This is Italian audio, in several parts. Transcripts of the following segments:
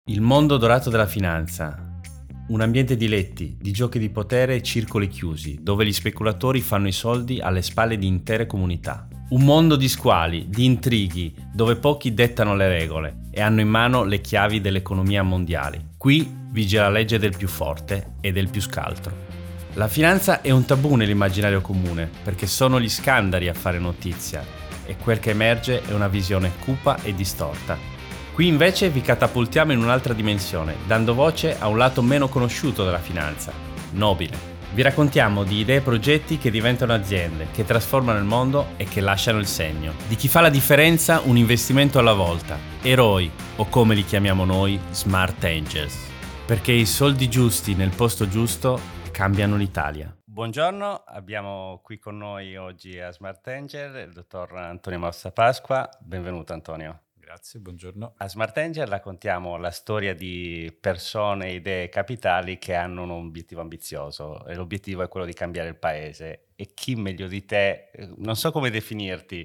Il mondo dorato della finanza. Un ambiente di letti, di giochi di potere e circoli chiusi, dove gli speculatori fanno i soldi alle spalle di intere comunità. Un mondo di squali, di intrighi, dove pochi dettano le regole e hanno in mano le chiavi dell'economia mondiale. Qui vige la legge del più forte e del più scaltro. La finanza è un tabù nell'immaginario comune, perché sono gli scandali a fare notizia, e quel che emerge è una visione cupa e distorta. Qui invece vi catapultiamo in un'altra dimensione, dando voce a un lato meno conosciuto della finanza, nobile. Vi raccontiamo di idee e progetti che diventano aziende, che trasformano il mondo e che lasciano il segno. Di chi fa la differenza un investimento alla volta, eroi, o come li chiamiamo noi, smart angels. Perché i soldi giusti nel posto giusto cambiano l'Italia. Buongiorno, abbiamo qui con noi oggi a Smart Angel il dottor Antonio Massa Pasqua. Benvenuto Antonio. Grazie, buongiorno. A Smart Angel raccontiamo la storia di persone, idee, capitali che hanno un obiettivo ambizioso e l'obiettivo è quello di cambiare il paese. E chi meglio di te, non so come definirti,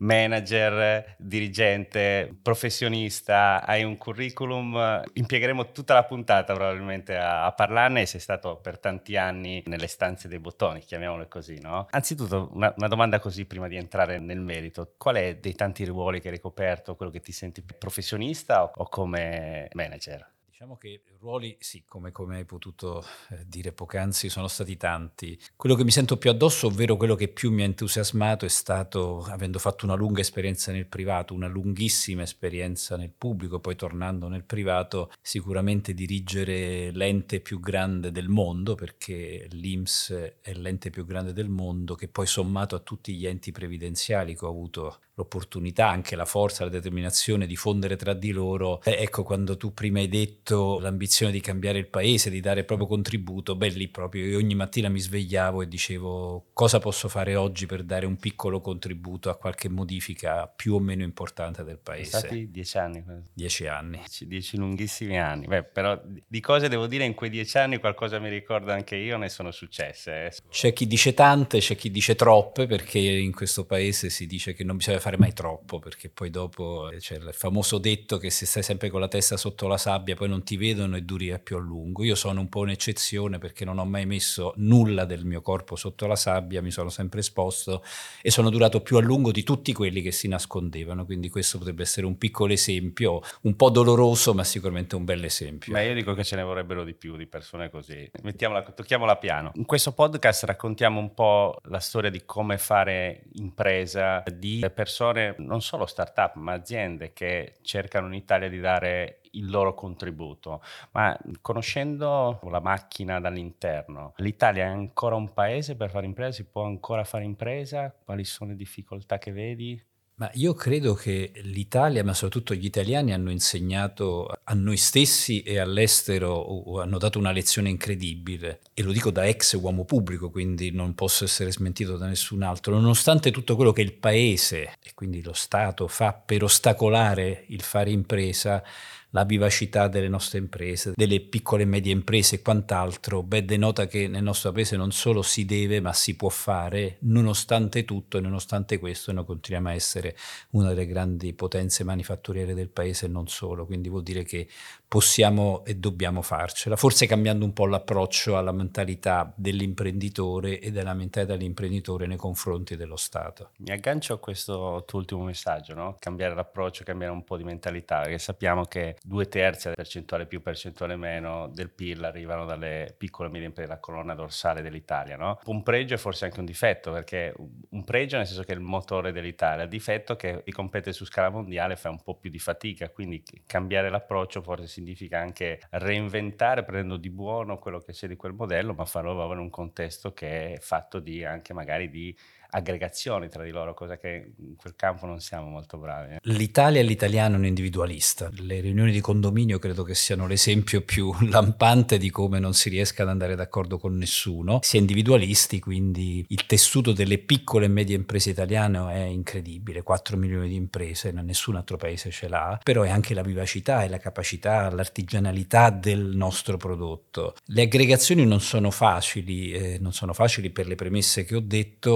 manager, dirigente, professionista, hai un curriculum, impiegheremo tutta la puntata probabilmente a parlarne. Sei stato per tanti anni nelle stanze dei bottoni, chiamiamole così, no? Anzitutto una domanda così prima di entrare nel merito: qual è dei tanti ruoli che hai ricoperto quello che ti senti professionista o come manager? Diciamo che ruoli, sì, come hai potuto dire poc'anzi, sono stati tanti. Quello che mi sento più addosso, ovvero quello che più mi ha entusiasmato, è stato, avendo fatto una lunga esperienza nel privato, una lunghissima esperienza nel pubblico, poi tornando nel privato, sicuramente dirigere l'ente più grande del mondo, perché l'INPS è l'ente più grande del mondo, che poi sommato a tutti gli enti previdenziali che ho avuto l'opportunità, anche la forza, la determinazione di fondere tra di loro. Ecco, quando tu prima hai detto l'ambizione di cambiare il paese, di dare il proprio contributo, lì proprio io ogni mattina mi svegliavo e dicevo: cosa posso fare oggi per dare un piccolo contributo a qualche modifica più o meno importante del paese. Sono stati 10 anni. 10 anni. 10 lunghissimi anni. Però di cose devo dire in quei 10 anni qualcosa mi ricordo anche io, ne sono successe. C'è chi dice tante, c'è chi dice troppe, perché in questo paese si dice che non bisogna fare mai troppo, perché poi dopo c'è il famoso detto che se stai sempre con la testa sotto la sabbia poi non ti vedono e duri più a lungo. Io sono un po' un'eccezione perché non ho mai messo nulla del mio corpo sotto la sabbia, mi sono sempre esposto e sono durato più a lungo di tutti quelli che si nascondevano, quindi questo potrebbe essere un piccolo esempio, un po' doloroso ma sicuramente un bel esempio. Ma io dico che ce ne vorrebbero di più di persone così. Tocchiamola piano. In questo podcast raccontiamo un po' la storia di come fare impresa, di persone, non solo start-up, ma aziende che cercano in Italia di dare il loro contributo. Ma conoscendo la macchina dall'interno, l'Italia è ancora un paese per fare impresa? Si può ancora fare impresa? Quali sono le difficoltà che vedi? Ma io credo che l'Italia, ma soprattutto gli italiani, hanno insegnato a noi stessi e all'estero, o hanno dato una lezione incredibile. E lo dico da ex uomo pubblico, quindi non posso essere smentito da nessun altro. Nonostante tutto quello che il Paese, e quindi lo Stato, fa per ostacolare il fare impresa, la vivacità delle nostre imprese, delle piccole e medie imprese e quant'altro, denota che nel nostro paese non solo si deve, ma si può fare. Nonostante tutto e nonostante questo noi continuiamo a essere una delle grandi potenze manifatturiere del paese e non solo, quindi vuol dire che possiamo e dobbiamo farcela, forse cambiando un po' l'approccio alla mentalità dell'imprenditore e della mentalità dell'imprenditore nei confronti dello Stato. Mi aggancio a questo tuo ultimo messaggio, no? Cambiare l'approccio, cambiare un po' di mentalità, perché sappiamo che 2/3, percentuale più, percentuale meno, del PIL arrivano dalle piccole e medie imprese, la colonna dorsale dell'Italia, no? Un pregio e forse anche un difetto, perché un pregio nel senso che è il motore dell'Italia, il difetto che chi compete su scala mondiale fa un po' più di fatica, quindi cambiare l'approccio forse significa anche reinventare, prendendo di buono quello che c'è di quel modello, ma farlo in un contesto che è fatto di anche magari di aggregazioni tra di loro, cosa che in quel campo non siamo molto bravi. L'Italia e l'italiano è un individualista. Le riunioni di condominio credo che siano l'esempio più lampante di come non si riesca ad andare d'accordo con nessuno. Si è individualisti, quindi il tessuto delle piccole e medie imprese italiane è incredibile, 4 milioni di imprese, nessun altro paese ce l'ha, però è anche la vivacità e la capacità, l'artigianalità del nostro prodotto. Le aggregazioni non sono facili per le premesse che ho detto,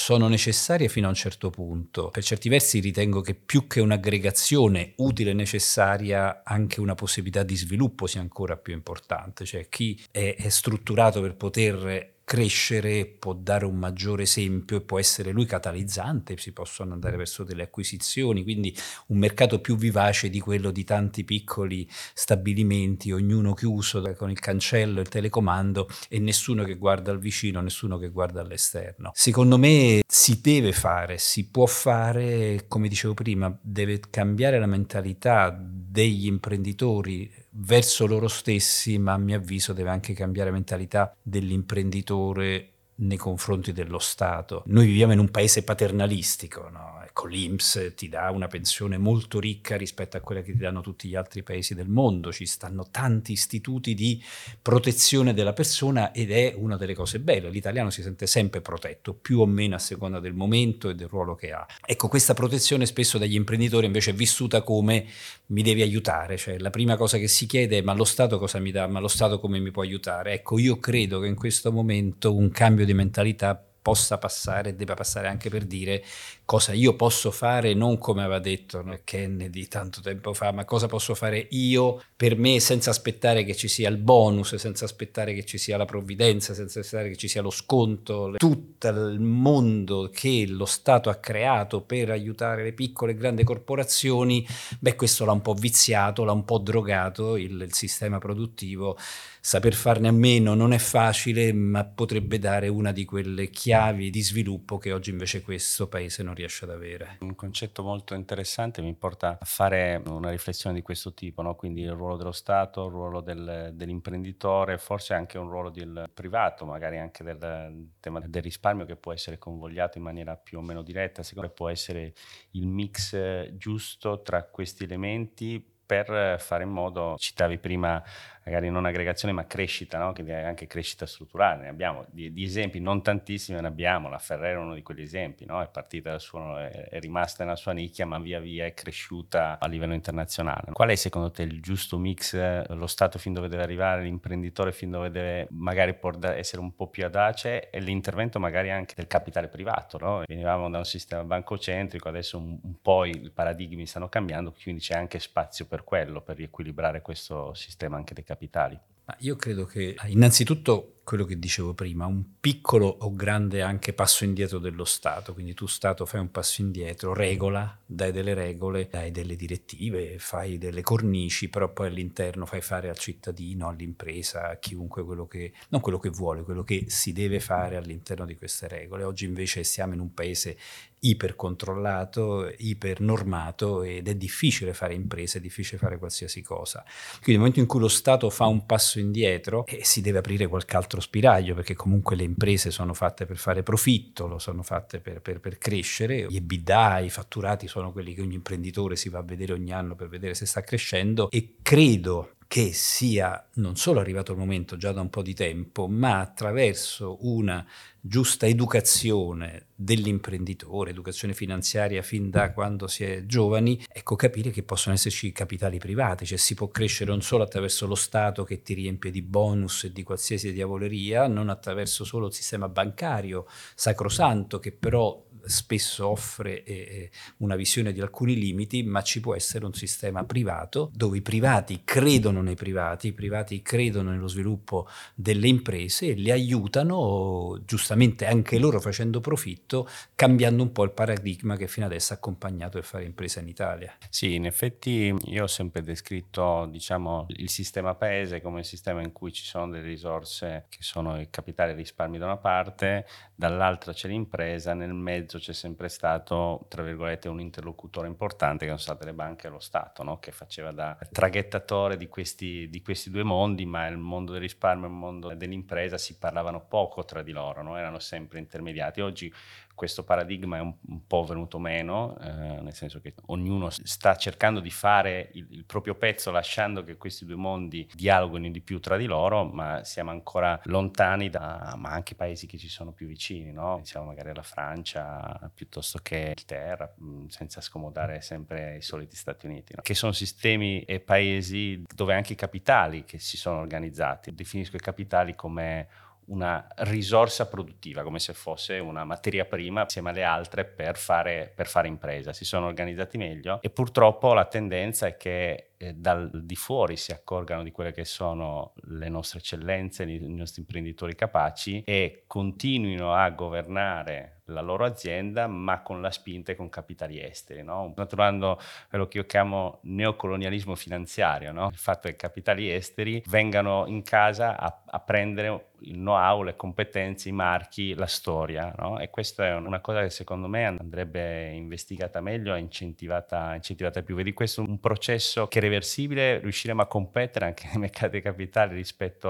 sono necessarie fino a un certo punto. Per certi versi ritengo che più che un'aggregazione utile e necessaria, anche una possibilità di sviluppo sia ancora più importante. Cioè chi è strutturato per poter crescere può dare un maggiore esempio e può essere lui catalizzante, si possono andare verso delle acquisizioni, quindi un mercato più vivace di quello di tanti piccoli stabilimenti, ognuno chiuso con il cancello e il telecomando e nessuno che guarda al vicino, nessuno che guarda all'esterno. Secondo me si deve fare, si può fare, come dicevo prima, deve cambiare la mentalità degli imprenditori verso loro stessi, ma a mio avviso deve anche cambiare la mentalità dell'imprenditore nei confronti dello Stato. Noi viviamo in un paese paternalistico, no? Ecco, l'INPS ti dà una pensione molto ricca rispetto a quella che ti danno tutti gli altri paesi del mondo, ci stanno tanti istituti di protezione della persona ed è una delle cose belle. L'italiano si sente sempre protetto, più o meno a seconda del momento e del ruolo che ha. Ecco, questa protezione spesso dagli imprenditori invece è vissuta come mi devi aiutare, cioè la prima cosa che si chiede è ma lo Stato cosa mi dà, ma lo Stato come mi può aiutare? Ecco, io credo che in questo momento un cambio di mentalità possa passare e debba passare anche per dire cosa io posso fare, non come aveva detto Kennedy tanto tempo fa, ma cosa posso fare io per me senza aspettare che ci sia il bonus, senza aspettare che ci sia la provvidenza, senza aspettare che ci sia lo sconto, tutto il mondo che lo Stato ha creato per aiutare le piccole e grandi corporazioni, questo l'ha un po' viziato, l'ha un po' drogato il sistema produttivo. Saper farne a meno non è facile, ma potrebbe dare una di quelle chiavi di sviluppo che oggi invece questo paese non riesce ad avere. Un concetto molto interessante mi porta a fare una riflessione di questo tipo, no? Quindi il ruolo dello Stato, il ruolo dell'imprenditore, forse anche un ruolo del privato, magari anche del tema del risparmio che può essere convogliato in maniera più o meno diretta, secondo me può essere il mix giusto tra questi elementi per fare in modo, citavi prima magari non aggregazione ma crescita, no? Che è anche crescita strutturale, ne abbiamo di esempi, non tantissimi ne abbiamo, la Ferrero è uno di quegli esempi, no? È partita dal suo, è rimasta nella sua nicchia ma via via è cresciuta a livello internazionale. Qual è secondo te il giusto mix, lo Stato fin dove deve arrivare, l'imprenditore fin dove deve magari essere un po' più audace e l'intervento magari anche del capitale privato, no? Venivamo da un sistema bancocentrico, adesso un po' i paradigmi stanno cambiando, quindi c'è anche spazio per quello, per riequilibrare questo sistema anche dei capitali. Ma io credo che innanzitutto quello che dicevo prima, un piccolo o grande anche passo indietro dello Stato, quindi tu Stato fai un passo indietro, regola, dai delle regole, dai delle direttive, fai delle cornici, però poi all'interno fai fare al cittadino, all'impresa, a chiunque non quello che vuole, quello che si deve fare all'interno di queste regole. Oggi invece siamo in un paese ipercontrollato, ipernormato ed è difficile fare imprese, è difficile fare qualsiasi cosa. Quindi nel momento in cui lo Stato fa un passo indietro si deve aprire qualche altro spiraglio, perché comunque le imprese sono fatte per fare profitto, lo sono fatte per crescere, gli EBITDA, i fatturati sono quelli che ogni imprenditore si va a vedere ogni anno per vedere se sta crescendo e credo che sia non solo arrivato il momento già da un po' di tempo, ma attraverso una giusta educazione dell'imprenditore, educazione finanziaria fin da quando si è giovani, ecco capire che possono esserci capitali privati, cioè si può crescere non solo attraverso lo Stato che ti riempie di bonus e di qualsiasi diavoleria, non attraverso solo il sistema bancario sacrosanto che però spesso offre una visione di alcuni limiti, ma ci può essere un sistema privato dove i privati credono nei privati, i privati credono nello sviluppo delle imprese e le aiutano giustamente anche loro facendo profitto, cambiando un po' il paradigma che fino adesso ha accompagnato il fare impresa in Italia. Sì, in effetti io ho sempre descritto, diciamo, il sistema paese come un sistema in cui ci sono delle risorse che sono il capitale e il risparmio da una parte, dall'altra c'è l'impresa, nel mezzo c'è sempre stato, tra virgolette, un interlocutore importante che sono state le banche e lo Stato, no? Che faceva da traghettatore di questi due mondi, ma il mondo del risparmio e il mondo dell'impresa si parlavano poco tra di loro, no? Erano sempre intermediati. Oggi questo paradigma è un po' venuto meno, nel senso che ognuno sta cercando di fare il proprio pezzo lasciando che questi due mondi dialoghino di più tra di loro, ma siamo ancora lontani ma anche i paesi che ci sono più vicini, no? Siamo magari alla Francia piuttosto che l'Inghilterra, senza scomodare sempre i soliti Stati Uniti, no? Che sono sistemi e paesi dove anche i capitali che si sono organizzati, definisco i capitali come una risorsa produttiva, come se fosse una materia prima insieme alle altre per fare impresa. Si sono organizzati meglio e purtroppo la tendenza è che dal di fuori si accorgano di quelle che sono le nostre eccellenze, i nostri imprenditori capaci e continuino a governare la loro azienda, ma con la spinta e con capitali esteri, no? Naturando quello che io chiamo neocolonialismo finanziario, no? Il fatto che capitali esteri vengano in casa a prendere il know-how, le competenze, i marchi, la storia, no? E questa è una cosa che secondo me andrebbe investigata meglio e incentivata più. Vedi, questo è un processo che è reversibile, riusciremo a competere anche nei mercati dei capitali rispetto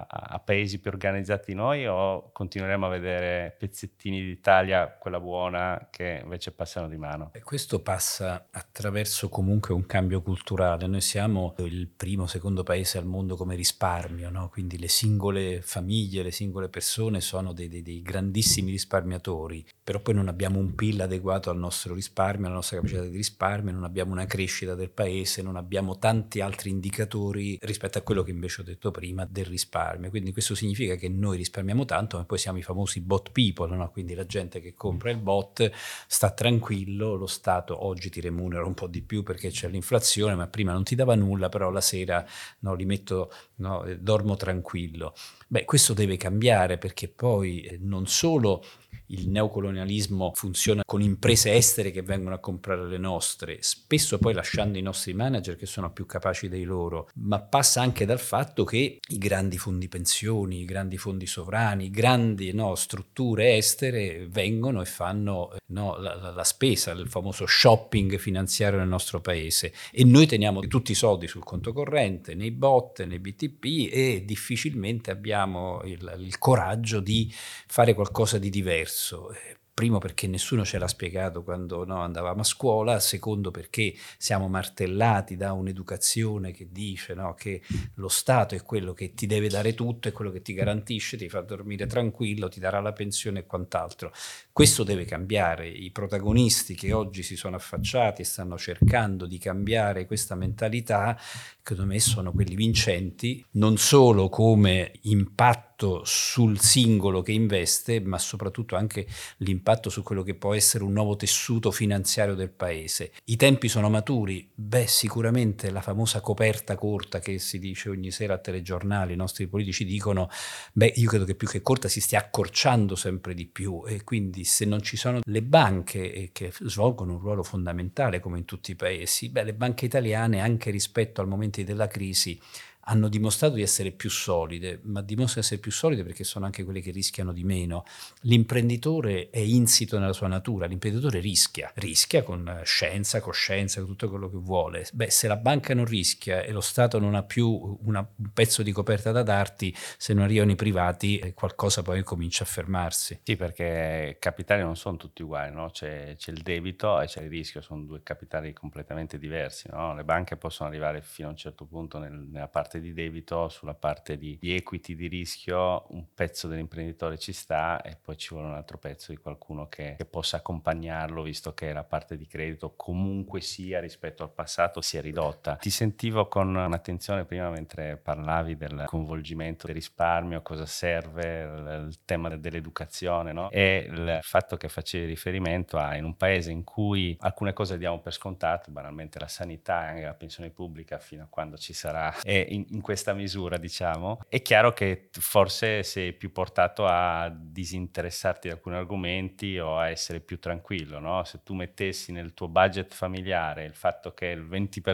a paesi più organizzati di noi, o continueremo a vedere pezzettini d'Italia, quella buona, che invece passano di mano? E questo passa attraverso comunque un cambio culturale. Noi siamo il primo, secondo paese al mondo come risparmio, no? Quindi le singole famiglie, le singole persone sono dei grandissimi risparmiatori, però poi non abbiamo un PIL adeguato al nostro risparmio, alla nostra capacità di risparmio, non abbiamo una crescita del paese, non abbiamo tanti altri indicatori rispetto a quello che invece ho detto prima del risparmio. Quindi questo significa che noi risparmiamo tanto, ma poi siamo i famosi bot people, no? Quindi la gente che compra il bot sta tranquillo, lo Stato oggi ti remunera un po' di più perché c'è l'inflazione, ma prima non ti dava nulla, però la sera no, li metto, no, dormo tranquillo. Beh, questo deve cambiare, perché poi non solo il neocolonialismo funziona con imprese estere che vengono a comprare le nostre, spesso poi lasciando i nostri manager che sono più capaci dei loro, ma passa anche dal fatto che i grandi fondi pensioni, i grandi fondi sovrani, grandi strutture estere vengono e fanno la spesa, il famoso shopping finanziario nel nostro paese, e noi teniamo tutti i soldi sul conto corrente, nei bot, nei BTP, e difficilmente abbiamo il coraggio di fare qualcosa di diverso. Primo perché nessuno ce l'ha spiegato quando andavamo a scuola, secondo perché siamo martellati da un'educazione che dice che lo Stato è quello che ti deve dare tutto, è quello che ti garantisce, ti fa dormire tranquillo, ti darà la pensione e quant'altro. Questo deve cambiare. I protagonisti che oggi si sono affacciati e stanno cercando di cambiare questa mentalità, secondo me sono quelli vincenti, non solo come impatto sul singolo che investe, ma soprattutto anche l'impatto su quello che può essere un nuovo tessuto finanziario del paese. I tempi sono maturi? Beh, sicuramente la famosa coperta corta che si dice ogni sera a telegiornali, i nostri politici dicono, beh, io credo che più che corta si stia accorciando sempre di più, e quindi se non ci sono le banche che svolgono un ruolo fondamentale come in tutti i paesi, beh, le banche italiane anche rispetto al momento della crisi hanno dimostrato di essere più solide, ma dimostrano di essere più solide perché sono anche quelle che rischiano di meno. L'imprenditore è insito nella sua natura, l'imprenditore rischia con scienza, coscienza, con tutto quello che vuole. Beh, se la banca non rischia e lo Stato non ha più un pezzo di coperta da darti, se non arrivano i privati, qualcosa poi comincia a fermarsi. Sì, perché capitali non sono tutti uguali, no? C'è il debito e c'è il rischio, sono due capitali completamente diversi, no? Le banche possono arrivare fino a un certo punto nella parte di debito, sulla parte di equity, di rischio, un pezzo dell'imprenditore ci sta e poi ci vuole un altro pezzo di qualcuno che possa accompagnarlo, visto che la parte di credito comunque sia rispetto al passato si è ridotta. Ti sentivo con un'attenzione prima mentre parlavi del coinvolgimento del risparmio, cosa serve, il tema dell'educazione, no? E il fatto che facevi riferimento a in un paese in cui alcune cose diamo per scontate, banalmente la sanità e anche la pensione pubblica fino a quando ci sarà, e in questa misura, diciamo, è chiaro che forse sei più portato a disinteressarti di alcuni argomenti o a essere più tranquillo, no? Se tu mettessi nel tuo budget familiare il fatto che il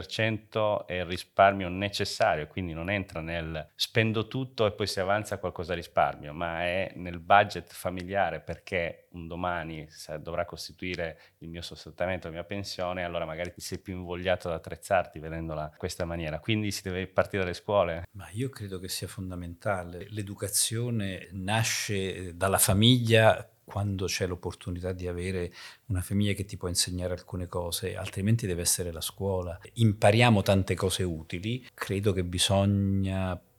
20% è il risparmio necessario, quindi non entra nel spendo tutto e poi si avanza qualcosa a risparmio, ma è nel budget familiare perché un domani dovrà costituire il mio sostentamento, la mia pensione, allora magari ti sei più invogliato ad attrezzarti vedendola in questa maniera. Quindi si deve partire dalle scuole. Ma io credo che sia fondamentale. L'educazione nasce dalla famiglia, quando c'è l'opportunità di avere una famiglia che ti può insegnare alcune cose, altrimenti deve essere la scuola. Impariamo tante cose utili, credo che bisogna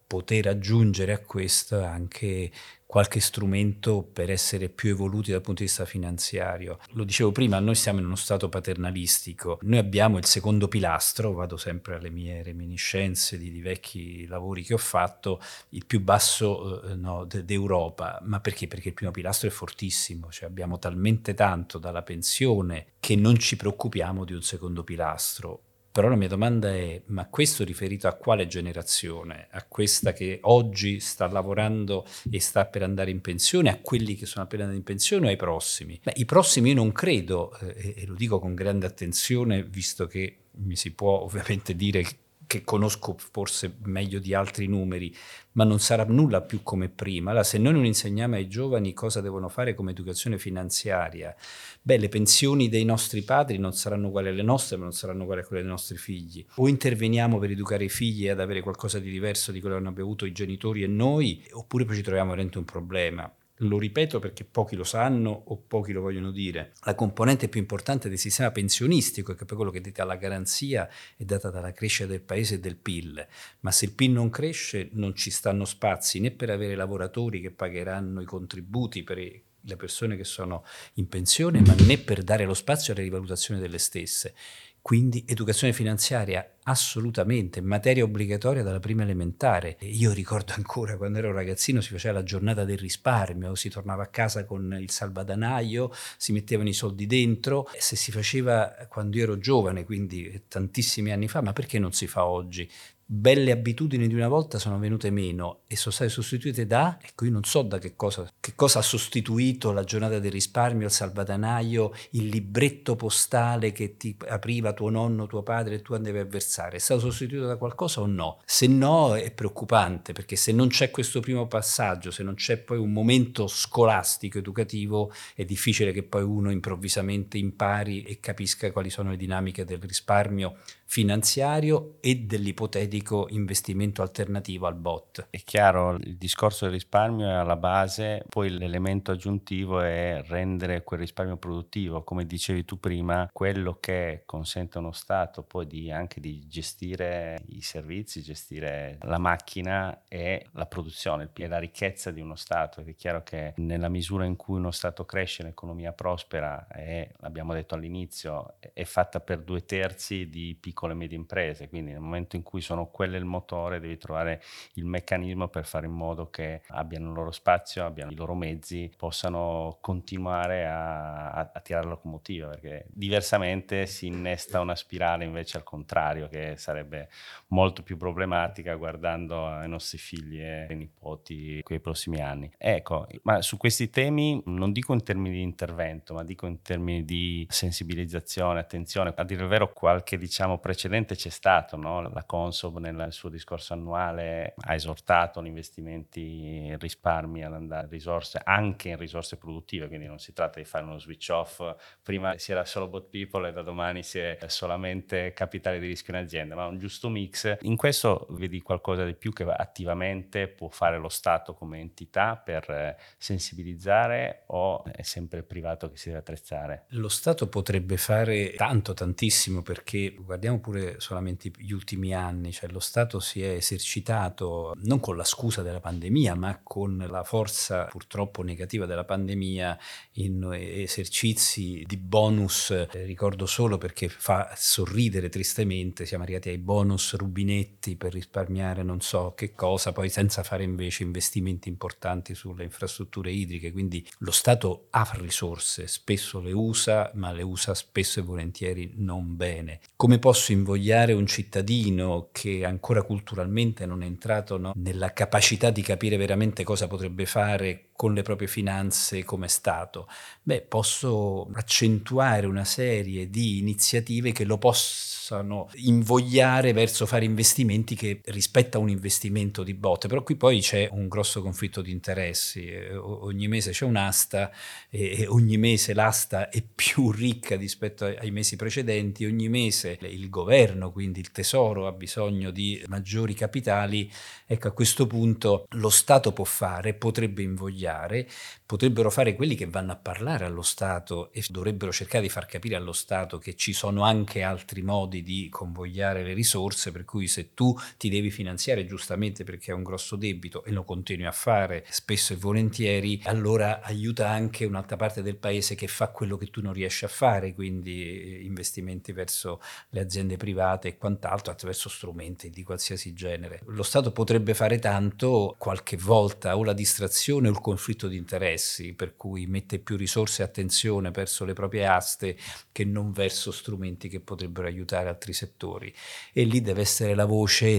poter aggiungere a questo anche qualche strumento per essere più evoluti dal punto di vista finanziario. Lo dicevo prima, noi siamo in uno stato paternalistico, noi abbiamo il secondo pilastro, vado sempre alle mie reminiscenze di vecchi lavori che ho fatto, il più basso d'Europa, ma perché? Perché il primo pilastro è fortissimo, cioè abbiamo talmente tanto dalla pensione che non ci preoccupiamo di un secondo pilastro. Però la mia domanda è, ma questo riferito a quale generazione? A questa che oggi sta lavorando e sta per andare in pensione, a quelli che sono appena andati in pensione o ai prossimi? Beh, i prossimi io non credo, e lo dico con grande attenzione, visto che mi si può ovviamente dire che conosco forse meglio di altri numeri, ma non sarà nulla più come prima. Allora, se noi non insegniamo ai giovani cosa devono fare come educazione finanziaria, beh, le pensioni dei nostri padri non saranno uguali alle nostre, ma non saranno uguali a quelle dei nostri figli. O interveniamo per educare i figli ad avere qualcosa di diverso di quello che hanno avuto i genitori e noi, oppure poi ci troviamo veramente un problema. Lo ripeto perché pochi lo sanno o pochi lo vogliono dire. La componente più importante del sistema pensionistico, che è poi quello che dà la garanzia, è data dalla crescita del paese e del PIL. Ma se il PIL non cresce, non ci stanno spazi né per avere lavoratori che pagheranno i contributi per le persone che sono in pensione, ma né per dare lo spazio alla rivalutazione delle stesse. Quindi educazione finanziaria assolutamente, materia obbligatoria dalla prima elementare. Io ricordo ancora quando ero ragazzino si faceva la giornata del risparmio, si tornava a casa con il salvadanaio, si mettevano i soldi dentro. Se si faceva quando io ero giovane, quindi tantissimi anni fa, ma perché non si fa oggi? Belle abitudini di una volta sono venute meno e sono state sostituite da, ecco, io non so da che cosa ha sostituito la giornata del risparmio, il salvadanaio, il libretto postale che ti apriva tuo nonno, tuo padre e tu andavi a versare. È stato sostituito da qualcosa o no? Se no è preoccupante, perché se non c'è questo primo passaggio, se non c'è poi un momento scolastico, educativo, è difficile che poi uno improvvisamente impari e capisca quali sono le dinamiche del risparmio finanziario e dell'ipotetico investimento alternativo al bot. È chiaro, il discorso del risparmio è alla base, poi l'elemento aggiuntivo è rendere quel risparmio produttivo, come dicevi tu prima, quello che consente a uno Stato poi anche di gestire i servizi, gestire la macchina e la produzione e la ricchezza di uno Stato. Ed è chiaro che nella misura in cui uno Stato cresce, l'economia prospera e, l'abbiamo detto all'inizio, è fatta per 2/3 di piccole e medie imprese, quindi nel momento in cui sono quelle il motore devi trovare il meccanismo per fare in modo che abbiano il loro spazio, abbiano i loro mezzi, possano continuare a tirare la locomotiva, perché diversamente si innesta una spirale invece al contrario, che sarebbe molto più problematica guardando ai nostri figli e ai nipoti quei prossimi anni. Ecco, ma su questi temi non dico in termini di intervento, ma dico in termini di sensibilizzazione, attenzione. A dire il vero qualche precedente c'è stato, no? La Consob nel suo discorso annuale ha esortato gli investimenti in risparmi ad andare a risorse, anche in risorse produttive, quindi non si tratta di fare uno switch off, prima si era solo bot people e da domani si è solamente capitale di rischio in azienda, ma un giusto mix. In questo vedi qualcosa di più che attivamente può fare lo Stato come entità per sensibilizzare, o è sempre il privato che si deve attrezzare? Lo Stato potrebbe fare tantissimo, perché guardiamo pure solamente gli ultimi anni, cioè lo Stato si è esercitato non con la scusa della pandemia, ma con la forza purtroppo negativa della pandemia in esercizi di bonus. Ricordo solo perché fa sorridere tristemente, siamo arrivati ai bonus rubinetti per risparmiare non so che cosa, poi senza fare invece investimenti importanti sulle infrastrutture idriche. Quindi lo Stato ha risorse, spesso le usa, ma le usa spesso e volentieri non bene. Come posso invogliare un cittadino che ancora culturalmente non è entrato, no, nella capacità di capire veramente cosa potrebbe fare con le proprie finanze come Stato? Beh, posso accentuare una serie di iniziative che lo possano invogliare verso fare investimenti che rispetto a un investimento di botte. Però qui poi c'è un grosso conflitto di interessi. Ogni mese c'è un'asta e ogni mese l'asta è più ricca rispetto ai mesi precedenti, ogni mese il governo, quindi il tesoro, ha bisogno di maggiori capitali. Ecco, a questo punto lo Stato potrebbe invogliare convogliare, potrebbero fare quelli che vanno a parlare allo Stato e dovrebbero cercare di far capire allo Stato che ci sono anche altri modi di convogliare le risorse, per cui se tu ti devi finanziare giustamente perché hai un grosso debito e lo continui a fare spesso e volentieri, allora aiuta anche un'altra parte del paese che fa quello che tu non riesci a fare, quindi investimenti verso le aziende private e quant'altro attraverso strumenti di qualsiasi genere. Lo Stato potrebbe fare tanto, qualche volta o la distrazione o il conflitto di interessi, per cui mette più risorse e attenzione verso le proprie aste che non verso strumenti che potrebbero aiutare altri settori, e lì deve essere la voce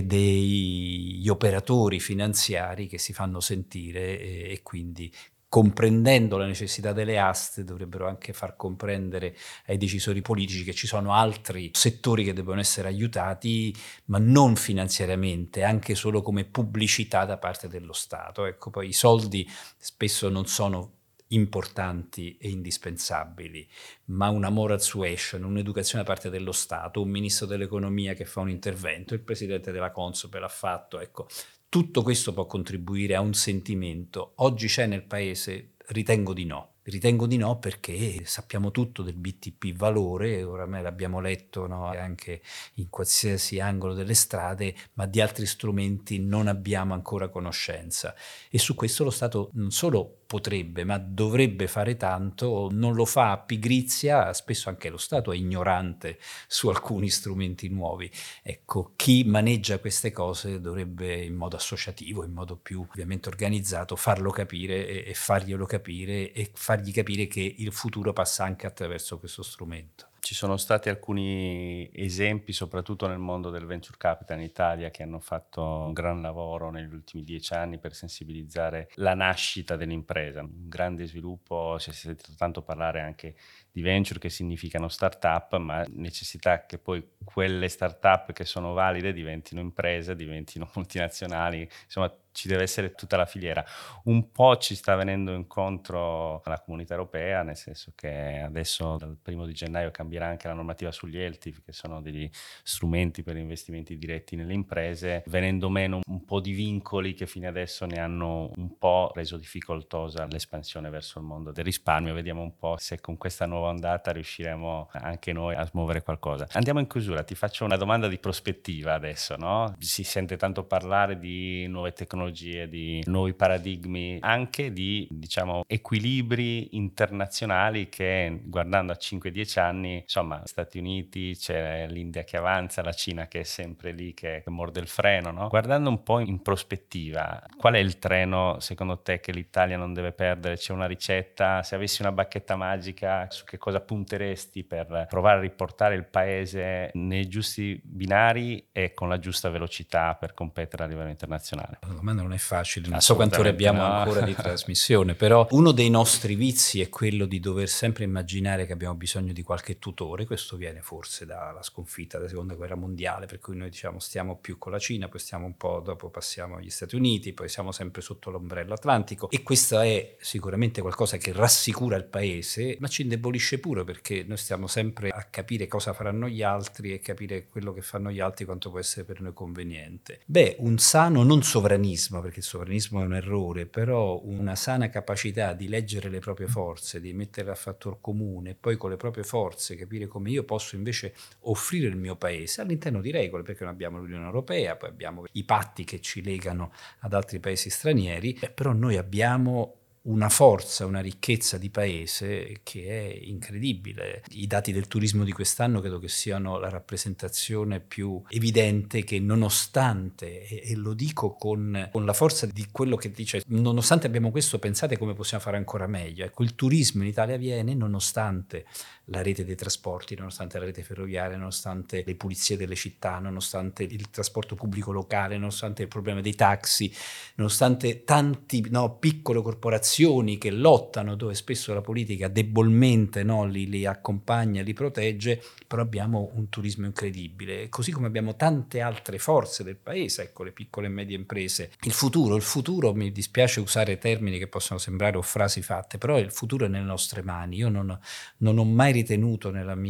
degli operatori finanziari che si fanno sentire e quindi, comprendendo la necessità delle aste, dovrebbero anche far comprendere ai decisori politici che ci sono altri settori che devono essere aiutati, ma non finanziariamente, anche solo come pubblicità da parte dello Stato. Ecco, poi i soldi spesso non sono importanti e indispensabili, ma una moral suasion, un'educazione da parte dello Stato, un ministro dell'economia che fa un intervento, il presidente della Consob l'ha fatto, ecco, tutto questo può contribuire a un sentimento. Oggi c'è nel paese? Ritengo di no. Ritengo di no perché sappiamo tutto del BTP valore, oramai l'abbiamo letto, no, anche in qualsiasi angolo delle strade, ma di altri strumenti non abbiamo ancora conoscenza. E su questo lo Stato non solo potrebbe, ma dovrebbe fare tanto, non lo fa a pigrizia, spesso anche lo Stato è ignorante su alcuni strumenti nuovi. Ecco, chi maneggia queste cose dovrebbe in modo associativo, in modo più ovviamente organizzato, farlo capire e farglielo capire e fargli capire che il futuro passa anche attraverso questo strumento. Ci sono stati alcuni esempi, soprattutto nel mondo del venture capital in Italia, che hanno fatto un gran lavoro negli ultimi 10 anni per sensibilizzare la nascita dell'impresa. Un grande sviluppo, si è sentito tanto parlare anche di venture, che significano start-up, ma necessità che poi quelle start-up che sono valide diventino imprese, diventino multinazionali, insomma ci deve essere tutta la filiera. Un po' ci sta venendo incontro la comunità europea, nel senso che adesso dal 1° di gennaio cambierà anche la normativa sugli ELTIF, che sono degli strumenti per investimenti diretti nelle imprese, venendo meno un po' di vincoli che fino adesso ne hanno un po' reso difficoltosa l'espansione verso il mondo del risparmio. Vediamo un po' se con questa nuova ondata riusciremo anche noi a smuovere qualcosa. Andiamo in chiusura, ti faccio una domanda di prospettiva adesso, no? Si sente tanto parlare di nuove tecnologie, di nuovi paradigmi, anche di, diciamo, equilibri internazionali che, guardando a 5-10 anni, insomma, Stati Uniti, c'è l'India che avanza, la Cina che è sempre lì, che morde il freno, no? Guardando un po' in prospettiva, qual è il treno, secondo te, che l'Italia non deve perdere? C'è una ricetta? Se avessi una bacchetta magica, su che cosa punteresti per provare a riportare il paese nei giusti binari e con la giusta velocità per competere a livello internazionale? La domanda non è facile, non so quanto ore abbiamo ancora di trasmissione, però uno dei nostri vizi è quello di dover sempre immaginare che abbiamo bisogno di qualche tutore. Questo viene forse dalla sconfitta della Seconda Guerra Mondiale, per cui noi diciamo stiamo più con la Cina, poi stiamo un po', dopo passiamo agli Stati Uniti, poi siamo sempre sotto l'ombrello atlantico, e questo è sicuramente qualcosa che rassicura il paese, ma ci indebolisce pure, perché noi stiamo sempre a capire cosa faranno gli altri e capire quello che fanno gli altri quanto può essere per noi conveniente. Un sano non sovranismo, perché il sovranismo è un errore, però una sana capacità di leggere le proprie forze, di metterle a fattor comune e poi con le proprie forze capire come io posso invece offrire il mio paese all'interno di regole, perché noi abbiamo l'Unione Europea, poi abbiamo i patti che ci legano ad altri paesi stranieri, però noi abbiamo una forza, una ricchezza di paese che è incredibile. I dati del turismo di quest'anno credo che siano la rappresentazione più evidente che nonostante, e lo dico con la forza di quello che dice, nonostante abbiamo questo, pensate come possiamo fare ancora meglio. Ecco, il turismo in Italia viene nonostante la rete dei trasporti, nonostante la rete ferroviaria, nonostante le pulizie delle città, nonostante il trasporto pubblico locale, nonostante il problema dei taxi, nonostante tanti piccole corporazioni che lottano, dove spesso la politica debolmente li accompagna, li protegge, però abbiamo un turismo incredibile, così come abbiamo tante altre forze del paese, ecco, le piccole e medie imprese. Il futuro, mi dispiace usare termini che possono sembrare o frasi fatte, però il futuro è nelle nostre mani. Io non ho mai ritenuto nella mia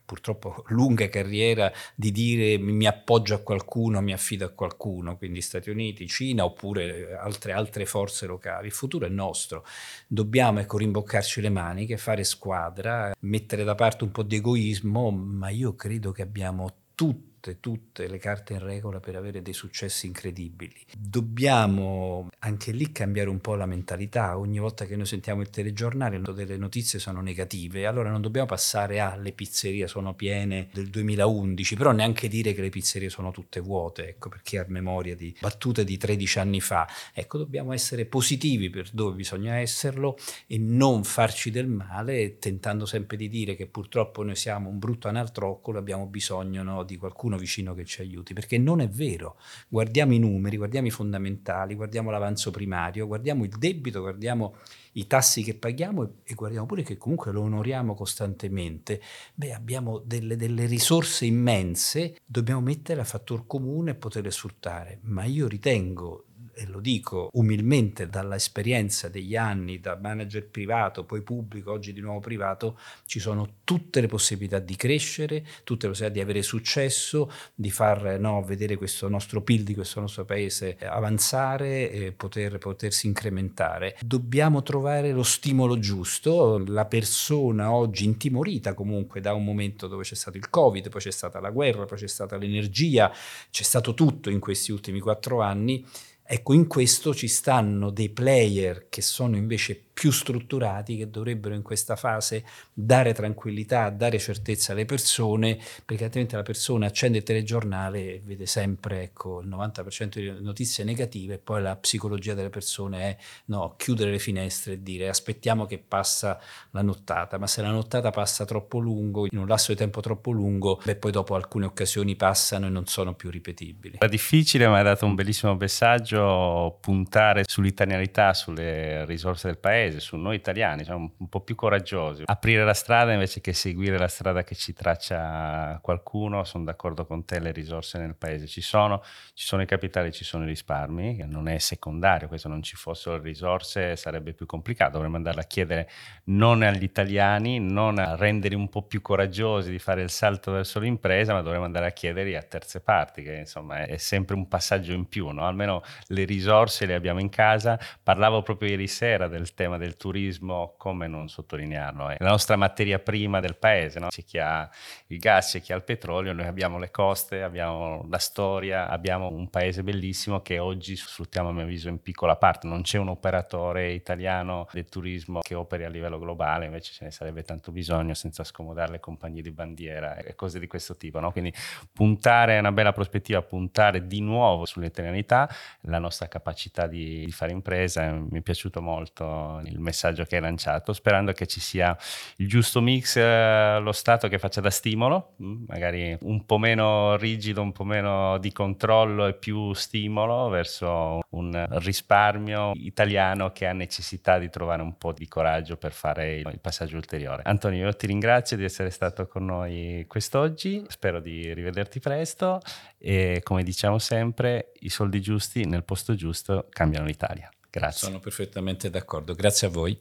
purtroppo lunga carriera di dire mi appoggio a qualcuno, mi affido a qualcuno, quindi Stati Uniti, Cina oppure altre forze locali. Il futuro è nostro, dobbiamo rimboccarci le maniche, fare squadra, mettere da parte un po' di egoismo, ma io credo che abbiamo tutte le carte in regola per avere dei successi incredibili. Dobbiamo anche lì cambiare un po' la mentalità. Ogni volta che noi sentiamo il telegiornale delle notizie sono negative, allora non dobbiamo passare a le pizzerie sono piene del 2011, però neanche dire che le pizzerie sono tutte vuote, ecco, perché ha memoria di battute di 13 anni fa. Ecco, dobbiamo essere positivi per dove bisogna esserlo e non farci del male, tentando sempre di dire che purtroppo noi siamo un brutto anartroccolo, abbiamo bisogno, no, di qualcuno vicino che ci aiuti, perché non è vero. Guardiamo i numeri, guardiamo i fondamentali, guardiamo l'avanzo primario, guardiamo il debito, guardiamo i tassi che paghiamo e guardiamo pure che comunque lo onoriamo costantemente. Abbiamo delle risorse immense, dobbiamo mettere a fattor comune e poterle sfruttare, ma io ritengo, e lo dico umilmente dall'esperienza degli anni da manager privato, poi pubblico, oggi di nuovo privato, ci sono tutte le possibilità di crescere, tutte le possibilità di avere successo, di far vedere questo nostro PIL di questo nostro paese avanzare e potersi incrementare. Dobbiamo trovare lo stimolo giusto. La persona oggi intimorita comunque da un momento dove c'è stato il Covid, poi c'è stata la guerra, poi c'è stata l'energia, c'è stato tutto in questi ultimi 4 anni. Ecco, in questo ci stanno dei player che sono invece più strutturati, che dovrebbero in questa fase dare tranquillità, dare certezza alle persone, perché altrimenti la persona accende il telegiornale e vede sempre il 90% di notizie negative e poi la psicologia delle persone è chiudere le finestre e dire aspettiamo che passa la nottata, ma se la nottata passa troppo lungo, in un lasso di tempo troppo lungo, poi dopo alcune occasioni passano e non sono più ripetibili. Era difficile, ma hai dato un bellissimo messaggio, puntare sull'italianità, sulle risorse del paese, su noi italiani, siamo un po' più coraggiosi, aprire la strada invece che seguire la strada che ci traccia qualcuno. Sono d'accordo con te, le risorse nel paese ci sono i capitali, ci sono i risparmi, non è secondario questo. Non ci fossero le risorse sarebbe più complicato, dovremmo andarla a chiedere non agli italiani, non a renderli un po' più coraggiosi di fare il salto verso l'impresa, ma dovremmo andare a chiederli a terze parti, che insomma è sempre un passaggio in più, no? Almeno le risorse le abbiamo in casa. Parlavo proprio ieri sera del tema del turismo, come non sottolinearlo, è la nostra materia prima del paese, no? C'è chi ha il gas, c'è chi ha il petrolio, noi abbiamo le coste, abbiamo la storia, abbiamo un paese bellissimo che oggi sfruttiamo a mio avviso in piccola parte. Non c'è un operatore italiano del turismo che operi a livello globale, invece ce ne sarebbe tanto bisogno, senza scomodare le compagnie di bandiera e cose di questo tipo, no? Quindi puntare è una bella prospettiva, puntare di nuovo sull'italianità, la nostra capacità di fare impresa. Mi è piaciuto molto il messaggio che hai lanciato, sperando che ci sia il giusto mix, lo Stato che faccia da stimolo, magari un po' meno rigido, un po' meno di controllo e più stimolo verso un risparmio italiano che ha necessità di trovare un po' di coraggio per fare il passaggio ulteriore. Antonio, io ti ringrazio di essere stato con noi quest'oggi, spero di rivederti presto e, come diciamo sempre, i soldi giusti nel posto giusto cambiano l'Italia. Grazie. Sono perfettamente d'accordo, grazie a voi.